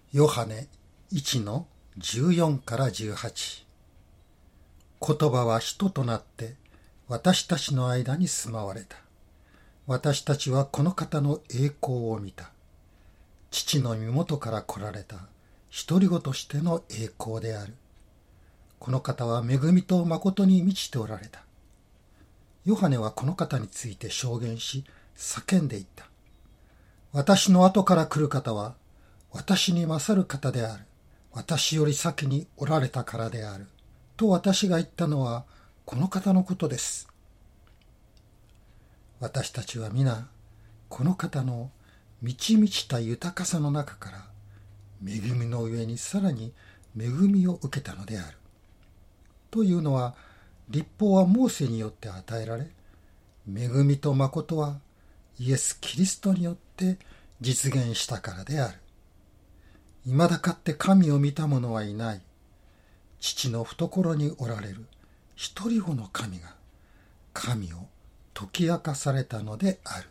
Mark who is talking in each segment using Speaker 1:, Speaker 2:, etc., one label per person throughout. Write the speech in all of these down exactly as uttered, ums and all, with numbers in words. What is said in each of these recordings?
Speaker 1: ヨハネいちのじゅうよんからじゅうはち。言葉は人となって私たちの間に住まわれた。私たちはこの方の栄光を見た。父の身元から来られた独り子としての栄光である。この方は恵みと誠に満ちておられた。ヨハネはこの方について証言し、叫んでいった。私の後から来る方は、私に勝る方である。私より先におられたからである。と私が言ったのは、この方のことです。私たちは皆、この方の満ち満ちた豊かさの中から、恵みの上にさらに恵みを受けたのである。というのは、律法はモーセによって与えられ、恵みと誠はイエス・キリストによって実現したからである。未だかって神を見た者はいない。父の懐におられる一人子の神が神を解き明かされたのである。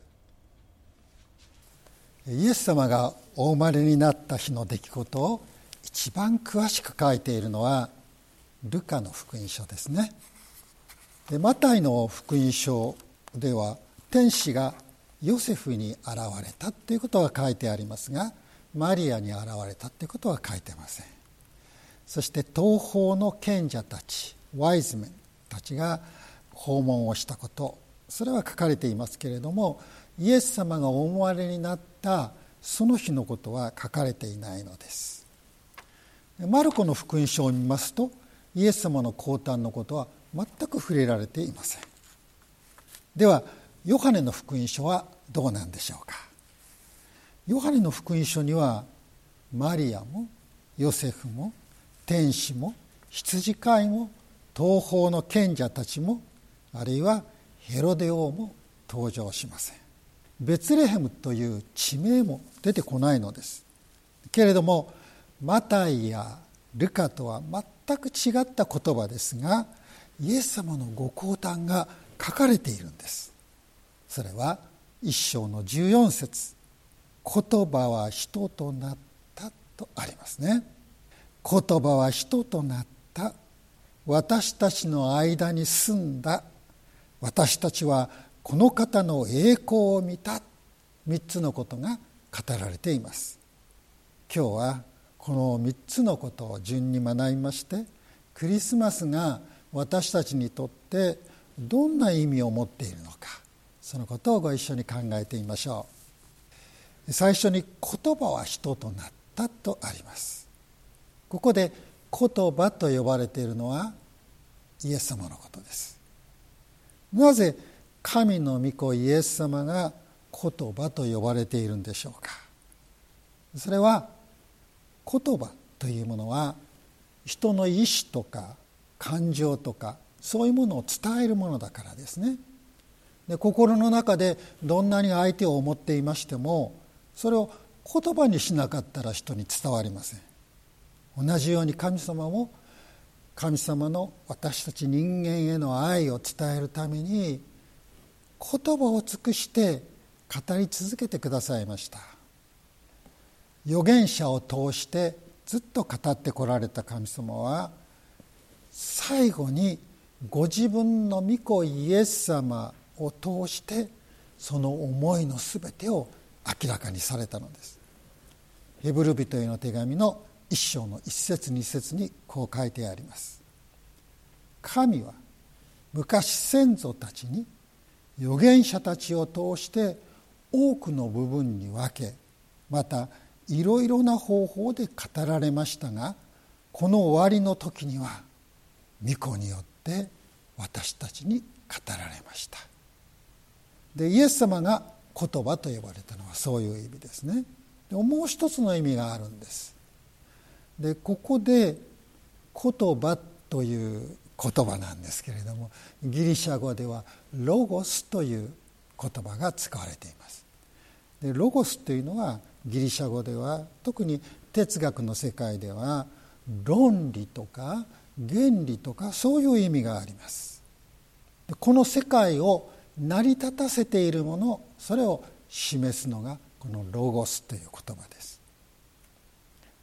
Speaker 2: イエス様がお生まれになった日の出来事を一番詳しく書いているのはルカの福音書ですね。でマタイの福音書では天使がヨセフに現れたということが書いてありますが、マリアに現れたということは書いてません。そして東方の賢者たち、ワイズメンたちが訪問をしたこと、それは書かれていますけれども、イエス様がお生まれになったその日のことは書かれていないのです。マルコの福音書を見ますと、イエス様の降誕のことは全く触れられていません。ではヨハネの福音書はどうなんでしょうか。ヨハネの福音書にはマリアもヨセフも天使も羊飼いも東方の賢者たちも、あるいはヘロデ王も登場しません。ベツレヘムという地名も出てこないのです。けれどもマタイやルカとは全く違った言葉ですが、イエス様のご降誕が書かれているんです。それは一章のじゅうよん節、言葉は人となったとありますね。言葉は人となった、私たちの間に住んだ、私たちはこの方の栄光を見た、三つのことが語られています。今日はこの三つのことを順に学びまして、クリスマスが私たちにとってどんな意味を持っているのか、そのことをご一緒に考えてみましょう。最初に言葉は人となったとあります。ここで言葉と呼ばれているのはイエス様のことです。なぜ神の御子イエス様が言葉と呼ばれているんでしょうか。それは言葉というものは人の意志とか感情とかそういうものを伝えるものだからですね。で、心の中でどんなに相手を思っていましても、それを言葉にしなかったら人に伝わりません。同じように神様も神様の私たち人間への愛を伝えるために言葉を尽くして語り続けてくださいました。預言者を通してずっと語ってこられた神様は、最後にご自分の御子イエス様を通してその思いのすべてを明らかにされたのです。ヘブル人への手紙の一章の一節二節にこう書いてあります。神は昔先祖たちに預言者たちを通して多くの部分に分け、またいろいろな方法で語られましたが、この終わりの時には御子によって私たちに語られました。で、イエス様が言葉と呼ばれたのはそういう意味ですね。でもう一つの意味があるんです。で、ここで言葉という言葉なんですけれども、ギリシャ語ではロゴスという言葉が使われています。で、ロゴスというのはギリシャ語では、特に哲学の世界では論理とか原理とかそういう意味があります。で、この世界を成り立たせているもの、それを示すのがこのロゴスという言葉です。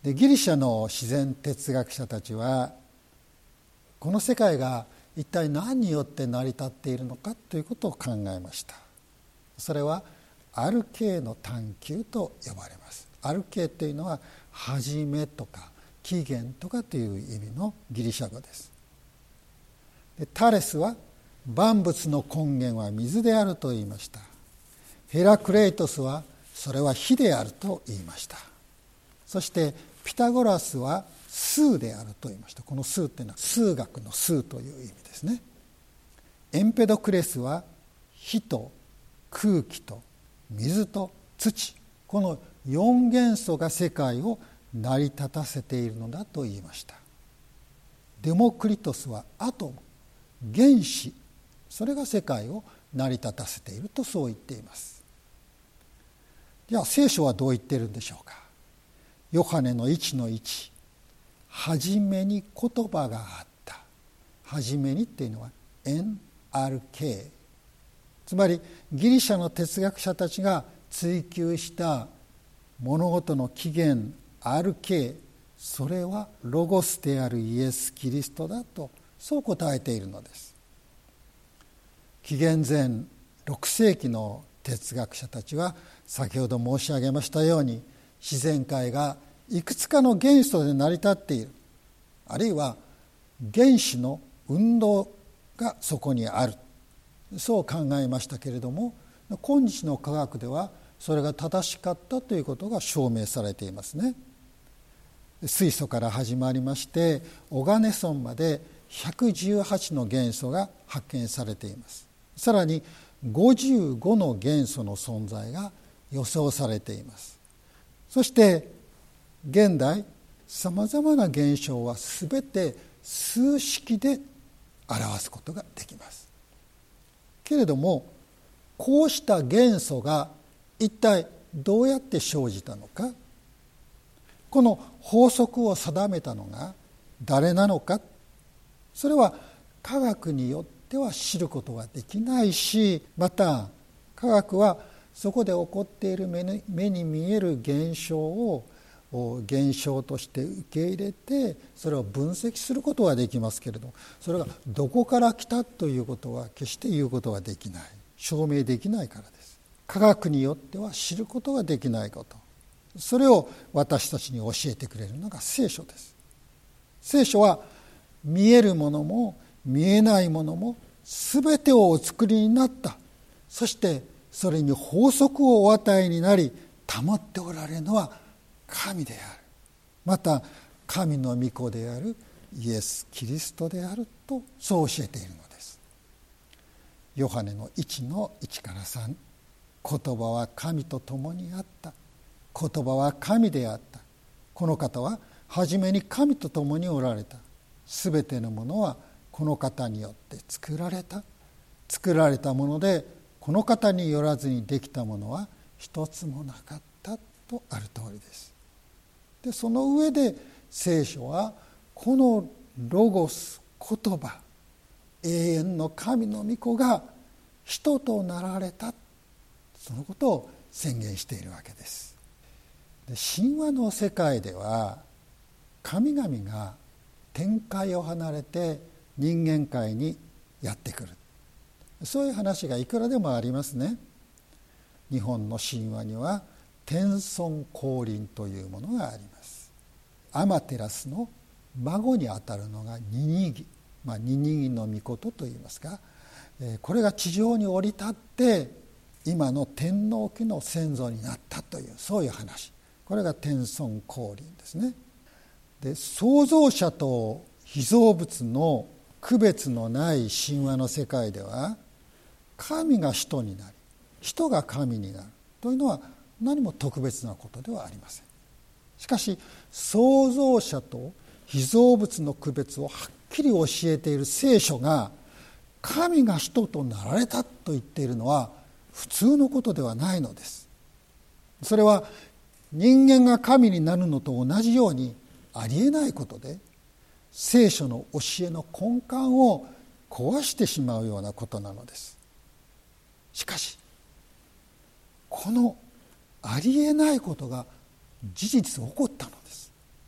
Speaker 2: でギリシャの自然哲学者たちはこの世界が一体何によって成り立っているのかということを考えました。それはアルケーの探求と呼ばれます。アルケーというのは始めとか起源とかという意味のギリシャ語です。でタレスは万物の根源は水であると言いました。ヘラクレイトスはそれは火であると言いました。そしてピタゴラスは数であると言いました。この数というのは数学の数という意味ですね。エンペドクレスは火と空気と水と土、このよん元素が世界を成り立たせているのだと言いました。デモクリトスはアトム、原子、それが世界を成り立たせているとそう言っています。じゃあ聖書はどう言っているんでしょうか。ヨハネのいちのいち、はじめに言葉があった。はじめにっていうのは エヌアールケー、 つまりギリシャの哲学者たちが追求した物事の起源 アールケー、 それはロゴスであるイエス・キリストだとそう答えているのです。紀元前ろく世紀の哲学者たちは先ほど申し上げましたように自然界がいくつかの元素で成り立っている、あるいは原子の運動がそこにある、そう考えましたけれども、今日の科学ではそれが正しかったということが証明されていますね。水素から始まりましてオガネソンまでひゃくじゅうはちの元素が発見されています。さらにごじゅうごの元素の存在が予想されています。そして現代さまざまな現象はすべて数式で表すことができます。けれどもこうした元素が一体どうやって生じたのか、この法則を定めたのが誰なのか、それは科学によっては知ることができないし、また科学はそこで起こっている目に、目に見える現象を現象として受け入れてそれを分析することはできますけれど、それがどこから来たということは決して言うことはできない、証明できないからです。科学によっては知ることができないこと、それを私たちに教えてくれるのが聖書です。聖書は見えるものも見えないものも全てをお作りになった、そしてそれに法則をお与えになり保っておられるのは神である、また神の御子であるイエス・キリストであるとそう教えているのです。ヨハネのいちのいちからさん、言葉は神と共にあった、言葉は神であった、この方は初めに神と共におられた、すべてのものはこの方によって作られた、作られたものでこの方によらずにできたものは一つもなかったとある通りです。でその上で聖書はこのロゴス、言葉、永遠の神の御子が人となられた、そのことを宣言しているわけです。で神話の世界では神々が天界を離れて人間界にやってくる、そういう話がいくらでもありますね。日本の神話には天孫降臨というものがあります。アマテラスの孫にあたるのがニニギ、まあ、ニニギの御事といいますか、これが地上に降り立って今の天皇家の先祖になったという、そういう話、これが天孫降臨ですね。で創造者と被造物の区別のない神話の世界では神が人になり人が神になるというのは何も特別なことではありません。しかし創造者と被造物の区別をはっきり教えている聖書が神が人となられたと言っているのは普通のことではないのです。それは人間が神になるのと同じようにありえないことで、聖書の教えの根幹を壊してしまうようなことなのです。しかしこのありえないことが事実起こったのです。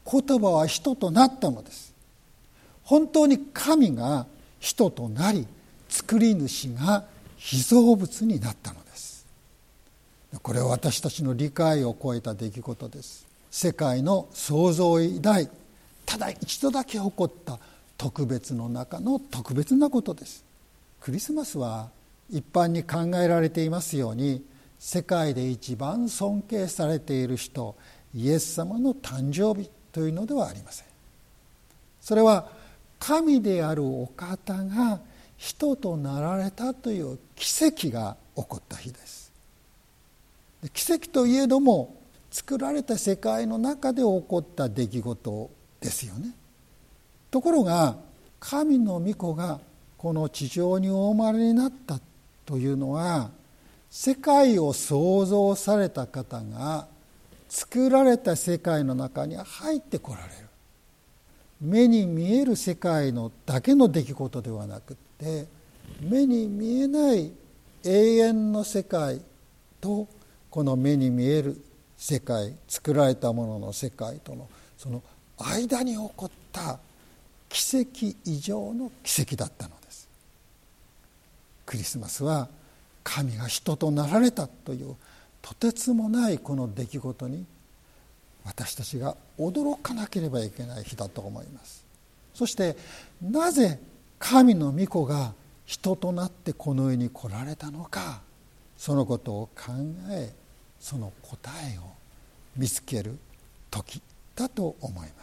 Speaker 2: 言葉は人となったのです。本当に神が人となり、作り主が被造物になったのです。これは私たちの理解を超えた出来事です。世界の創造以来、ただ一度だけ起こった特別の中の特別なことです。クリスマスは一般に考えられていますように、世界で一番尊敬されている人、イエス様の誕生日というのではありません。それは神であるお方が人となられたという奇跡が起こった日です。奇跡といえども、作られた世界の中で起こった出来事ですよね。ところが神の御子がこの地上にお生まれになったというのは、世界を創造された方が作られた世界の中に入ってこられる、目に見える世界のだけの出来事ではなくて、目に見えない永遠の世界とこの目に見える世界、作られたものの世界とのその間に起こった奇跡以上の奇跡だったのです。クリスマスは神が人となられたというとてつもないこの出来事に私たちが驚かなければいけない日だと思います。そしてなぜ神の御子が人となってこの世に来られたのか、そのことを考え、その答えを見つける時だと思います。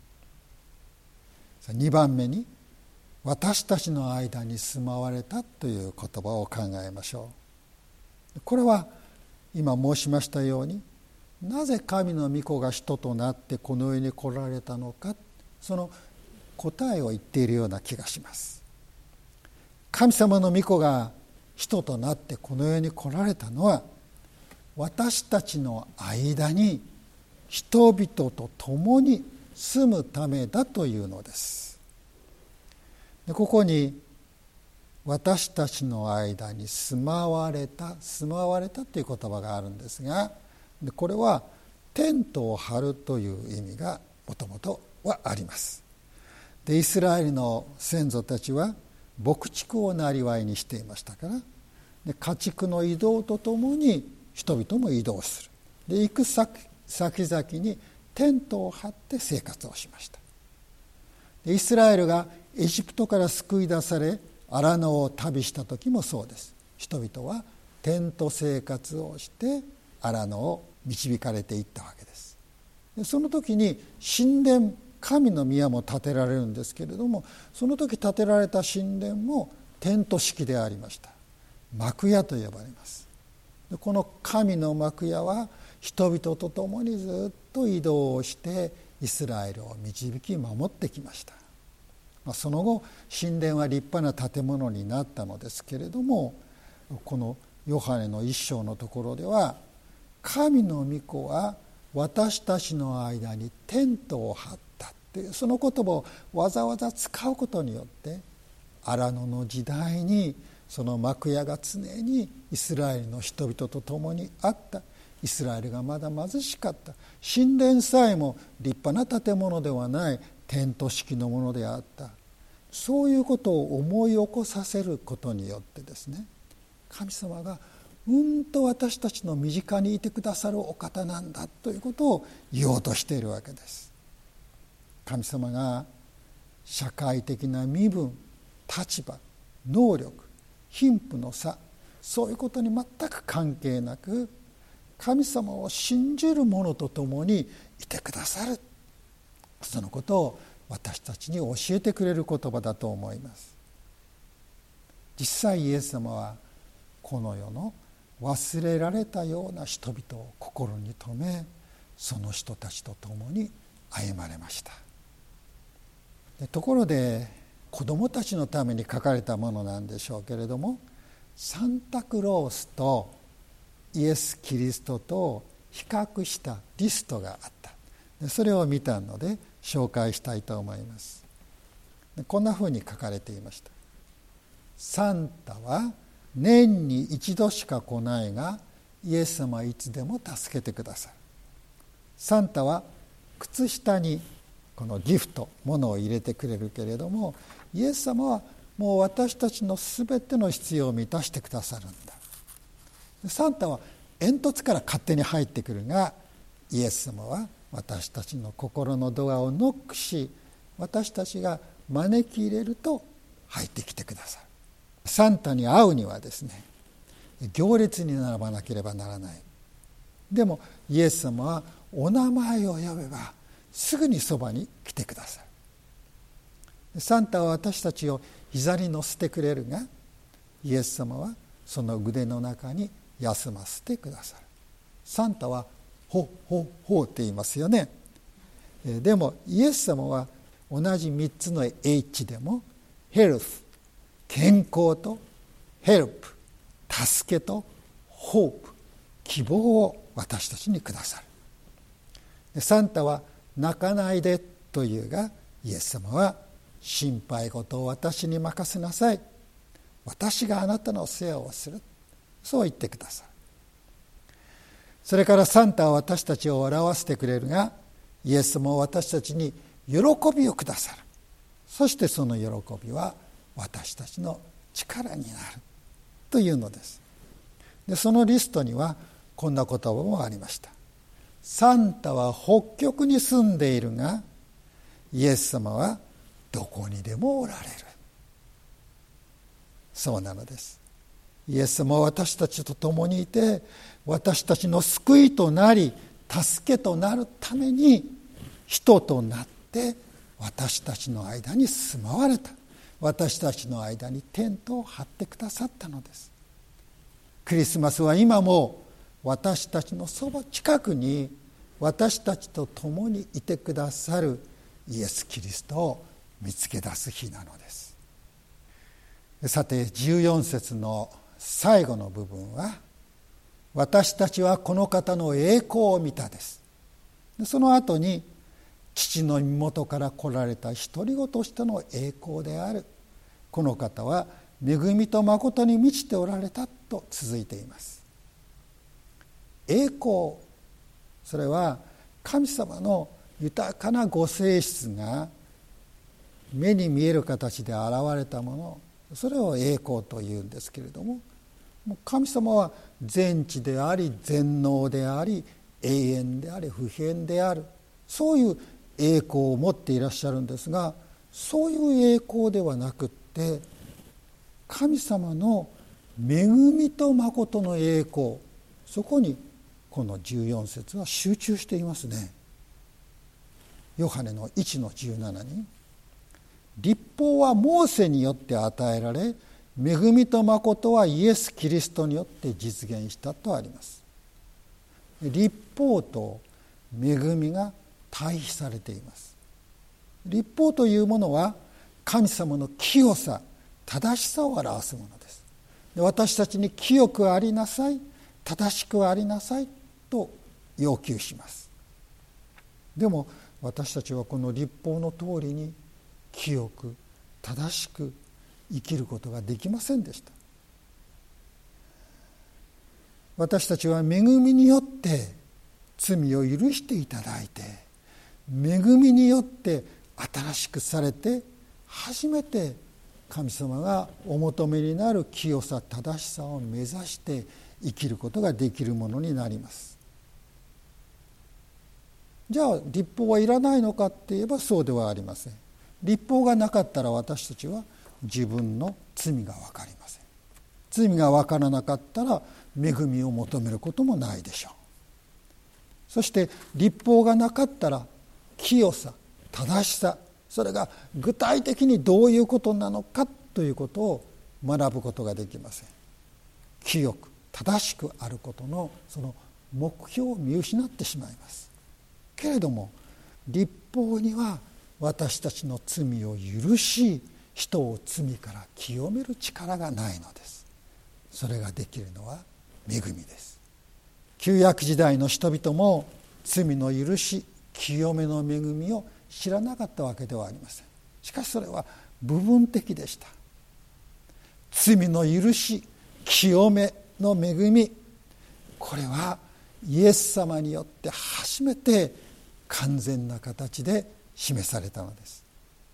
Speaker 2: にばんめに、私たちの間に住まわれたという言葉を考えましょう。これは今申しましたように、なぜ神の御子が人となってこの世に来られたのか、その答えを言っているような気がします。神様の御子が人となってこの世に来られたのは、私たちの間に人々と共に住むためだというのです。でここに私たちの間に住まわれた住まわれたという言葉があるんですが、でこれはテントを張るという意味がもともとはあります。でイスラエルの先祖たちは牧畜をなりわいにしていましたから、で家畜の移動とともに人々も移動する。で行く先先々にテントを張って生活をしました。でイスラエルがエジプトから救い出され荒野を旅した時もそうです。人々はテント生活をして荒野を導かれていったわけです。でその時に神殿、神の宮も建てられるんですけれども、その時建てられた神殿もテント式でありました。幕屋と呼ばれます。でこの神の幕屋は人々と共にずっと移動をしてイスラエルを導き守ってきました。まあ、その後神殿は立派な建物になったのですけれども、このヨハネの一章のところでは、神の御子は私たちの間にテントを張ったというその言葉をわざわざ使うことによって、荒野の時代にその幕屋が常にイスラエルの人々と共にあった。イスラエルがまだ貧しかった。神殿さえも立派な建物ではないテント式のものであった。そういうことを思い起こさせることによってですね、神様がうんと私たちの身近にいてくださるお方なんだということを言おうとしているわけです。神様が社会的な身分、立場、能力、貧富の差、そういうことに全く関係なく、神様を信じる者と共にいてくださる、そのことを私たちに教えてくれる言葉だと思います。実際イエス様はこの世の忘れられたような人々を心に留め、その人たちと共に歩まれました。でところで子どもたちのために書かれたものなんでしょうけれども、サンタクロースとイエス・キリストと比較したリストがあった。でそれを見たので紹介したいと思います。でこんなふうに書かれていました。サンタは年に一度しか来ないが、イエス様はいつでも助けてくださる。サンタは靴下にこのギフト、物を入れてくれるけれども、イエス様はもう私たちのすべての必要を満たしてくださるんだ。サンタは煙突から勝手に入ってくるが、イエス様は私たちの心のドアをノックし、私たちが招き入れると入ってきてくださる。サンタに会うにはですね、行列に並ばなければならない。でもイエス様はお名前を呼べばすぐにそばに来てくださる。サンタは私たちを膝に乗せてくれるが、イエス様はその腕の中に休ませてくださる。サンタはほほほって言いますよね。でもイエス様は同じみっつの H でもヘルス、健康とヘルプ、助けとホープ、希望を私たちにくださる。サンタは泣かないでというが、イエス様は心配事を私に任せなさい、私があなたの世話をする、そう言ってくださる。それからサンタは私たちを笑わせてくれるが、イエス様は私たちに喜びをくださる。そしてその喜びは私たちの力になるというのです。で、そのリストにはこんな言葉もありました。サンタは北極に住んでいるが、イエス様はどこにでもおられる。そうなのです。イエス様は私たちと共にいて、私たちの救いとなり助けとなるために人となって私たちの間に住まわれた。私たちの間にテントを張ってくださったのです。クリスマスは今も私たちのそば近くに私たちと共にいてくださるイエス・キリストを見つけ出す日なのです。さて、じゅうよん節の最後の部分は、私たちはこの方の栄光を見たです。その後に、父の身元から来られた独り子としての栄光である。この方は恵みと誠に満ちておられたと続いています。栄光、それは神様の豊かなご性質が目に見える形で現れたもの、それを栄光というんですけれども、神様は全知であり全能であり永遠であり不変である、そういう栄光を持っていらっしゃるんですが、そういう栄光ではなくって、神様の恵みと誠の栄光、そこにこのじゅうよん節は集中していますね。ヨハネのいちのじゅうななに、律法はモーセによって与えられ、恵みと誠はイエス・キリストによって実現したとあります。律法と恵みが対比されています。律法というものは神様の清さ、正しさを表すものです。で、私たちに清くありなさい、正しくありなさいと要求します。でも私たちはこの律法の通りに清く正しく生きることができませんでした。私たちは恵みによって罪を許していただいて、恵みによって新しくされて、初めて神様がお求めになる清さ、正しさを目指して生きることができるものになります。じゃあ律法はいらないのかって言えばそうではありません。律法がなかったら私たちは自分の罪が分かりません。罪が分からなかったら恵みを求めることもないでしょう。そして律法がなかったら清さ、正しさ、それが具体的にどういうことなのかということを学ぶことができません。清く正しくあることのその目標を見失ってしまいます。けれども律法には私たちの罪を許し、人を罪から清める力がないのです。それができるのは恵みです。旧約時代の人々も罪の許し、清めの恵みを知らなかったわけではありません。しかしそれは部分的でした。罪の許し、清めの恵み、これはイエス様によって初めて完全な形で示されたのです。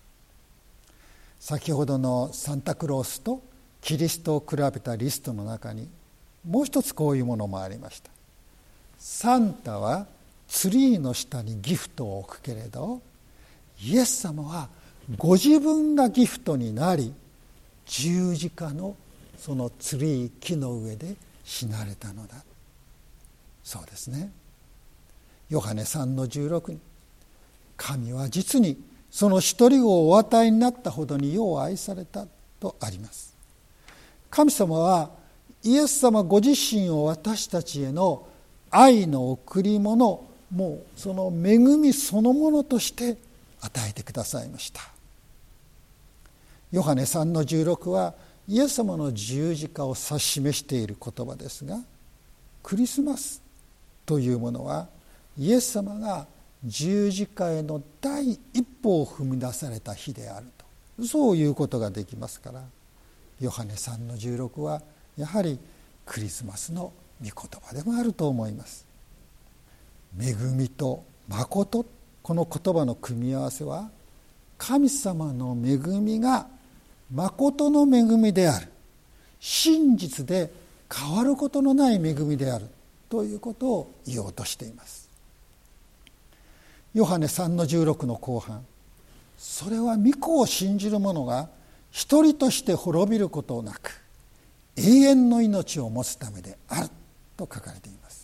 Speaker 2: 先ほどのサンタクロースとキリストを比べたリストの中にもう一つこういうものもありました。サンタはツリーの下にギフトを置くけれど、イエス様はご自分がギフトになり、十字架のそのツリー、木の上で死なれたのだ。そうですね。ヨハネさんのじゅうろくに、神は実にその一人をお与えになったほどによう愛されたとあります。神様はイエス様ご自身を私たちへの愛の贈り物、もうその恵みそのものとして与えてくださいました。ヨハネさんのじゅうろくはイエス様の十字架を指し示している言葉ですが、クリスマスというものはイエス様が十字架への第一歩を踏み出された日であると、そういうことができますから、ヨハネさんのじゅうろくはやはりクリスマスの御言葉でもあると思います。恵みと誠、この言葉の組み合わせは、神様の恵みが誠の恵みである、真実で変わることのない恵みであるということを言おうとしています。ヨハネさんのじゅうろくの後半、それは御子を信じる者が一人として滅びることなく永遠の命を持つためであると書かれています。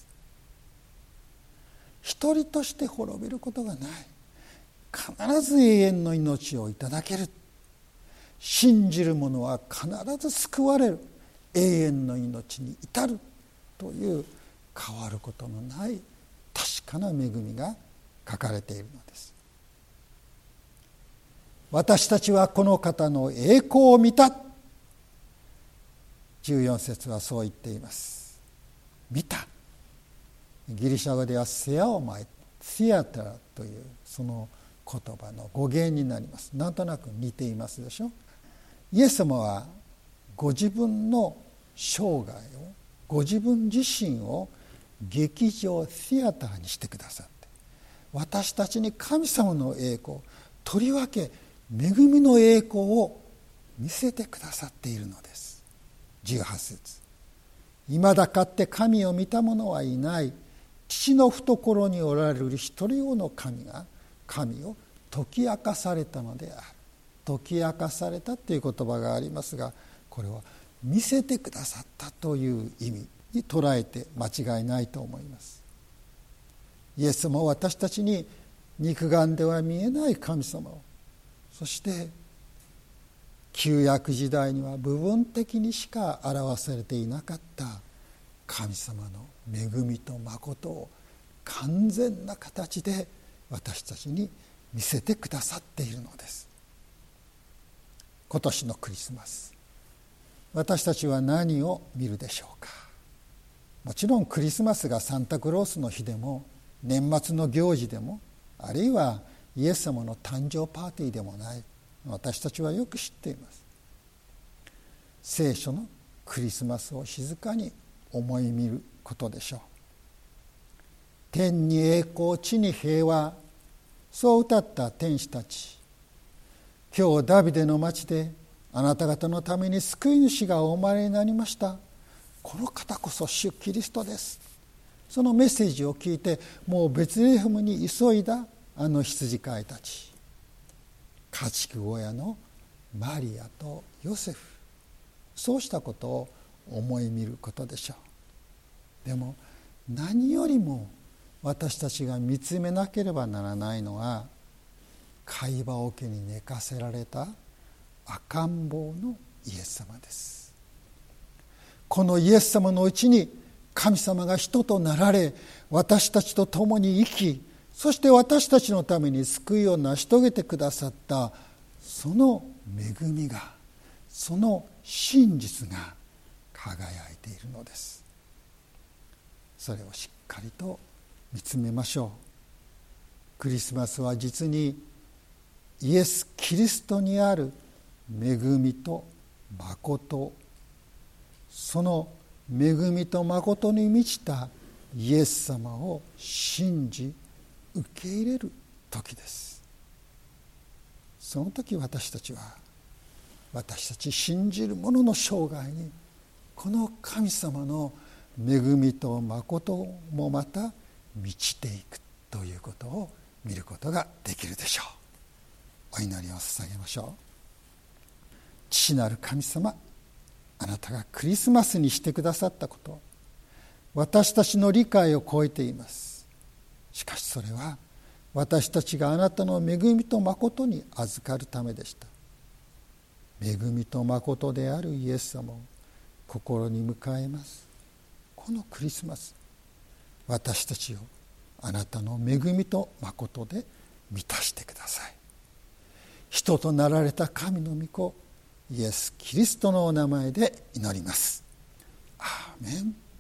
Speaker 2: 一人として滅びることがない、必ず永遠の命をいただける、信じる者は必ず救われる、永遠の命に至るという変わることのない確かな恵みが書かれているのです。私たちはこの方の栄光を見た、じゅうよん節はそう言っています。見た。ギリシャ語ではセアオマイ、シアターというその言葉の語源になります。なんとなく似ていますでしょ。イエス様はご自分の生涯を、ご自分自身を劇場シアターにしてくださって、私たちに神様の栄光、とりわけ恵みの栄光を見せてくださっているのです。じゅうはち節、未だかって神を見た者はいない、父の懐におられる一人子の神が神を解き明かされたのである。解き明かされたという言葉がありますが、これは見せてくださったという意味に捉えて間違いないと思います。イエスも私たちに肉眼では見えない神様を、そして旧約時代には部分的にしか表されていなかった神様の恵みと誠を完全な形で私たちに見せてくださっているのです。今年のクリスマス、私たちは何を見るでしょうか。もちろんクリスマスがサンタクロースの日でも、年末の行事でも、あるいはイエス様の誕生パーティーでもない、私たちはよく知っています。聖書のクリスマスを静かに思い見ることでしょう。天に栄光、地に平和、そう歌った天使たち、今日ダビデの町であなた方のために救い主がお生まれになりました、この方こそ主キリストです。そのメッセージを聞いて、もうベツレヘムに急いだあの羊飼いたち、家畜小屋のマリアとヨセフ、そうしたことを思い見ることでしょう。でも何よりも私たちが見つめなければならないのは、貝羽桶に寝かせられた赤ん坊のイエス様です。このイエス様のうちに神様が人となられ、私たちと共に生き、そして私たちのために救いを成し遂げてくださったその恵みが、その真実が輝いているのです。それをしっかりと見つめましょう。クリスマスは実にイエス・キリストにある恵みと誠、その恵みと誠に満ちたイエス様を信じ受け入れる時です。その時私たちは私たち信じる者の生涯にこの神様の恵みと誠もまた満ちていくということを見ることができるでしょう。お祈りを捧げましょう。父なる神様、あなたがクリスマスにしてくださったこと、私たちの理解を超えています。しかしそれは私たちがあなたの恵みと誠に預かるためでした。恵みと誠であるイエス様を心に迎えます。このクリスマス、私たちをあなたの恵みと誠で満たしてください。人となられた神の御子イエス・キリストのお名前で祈ります。アーメン。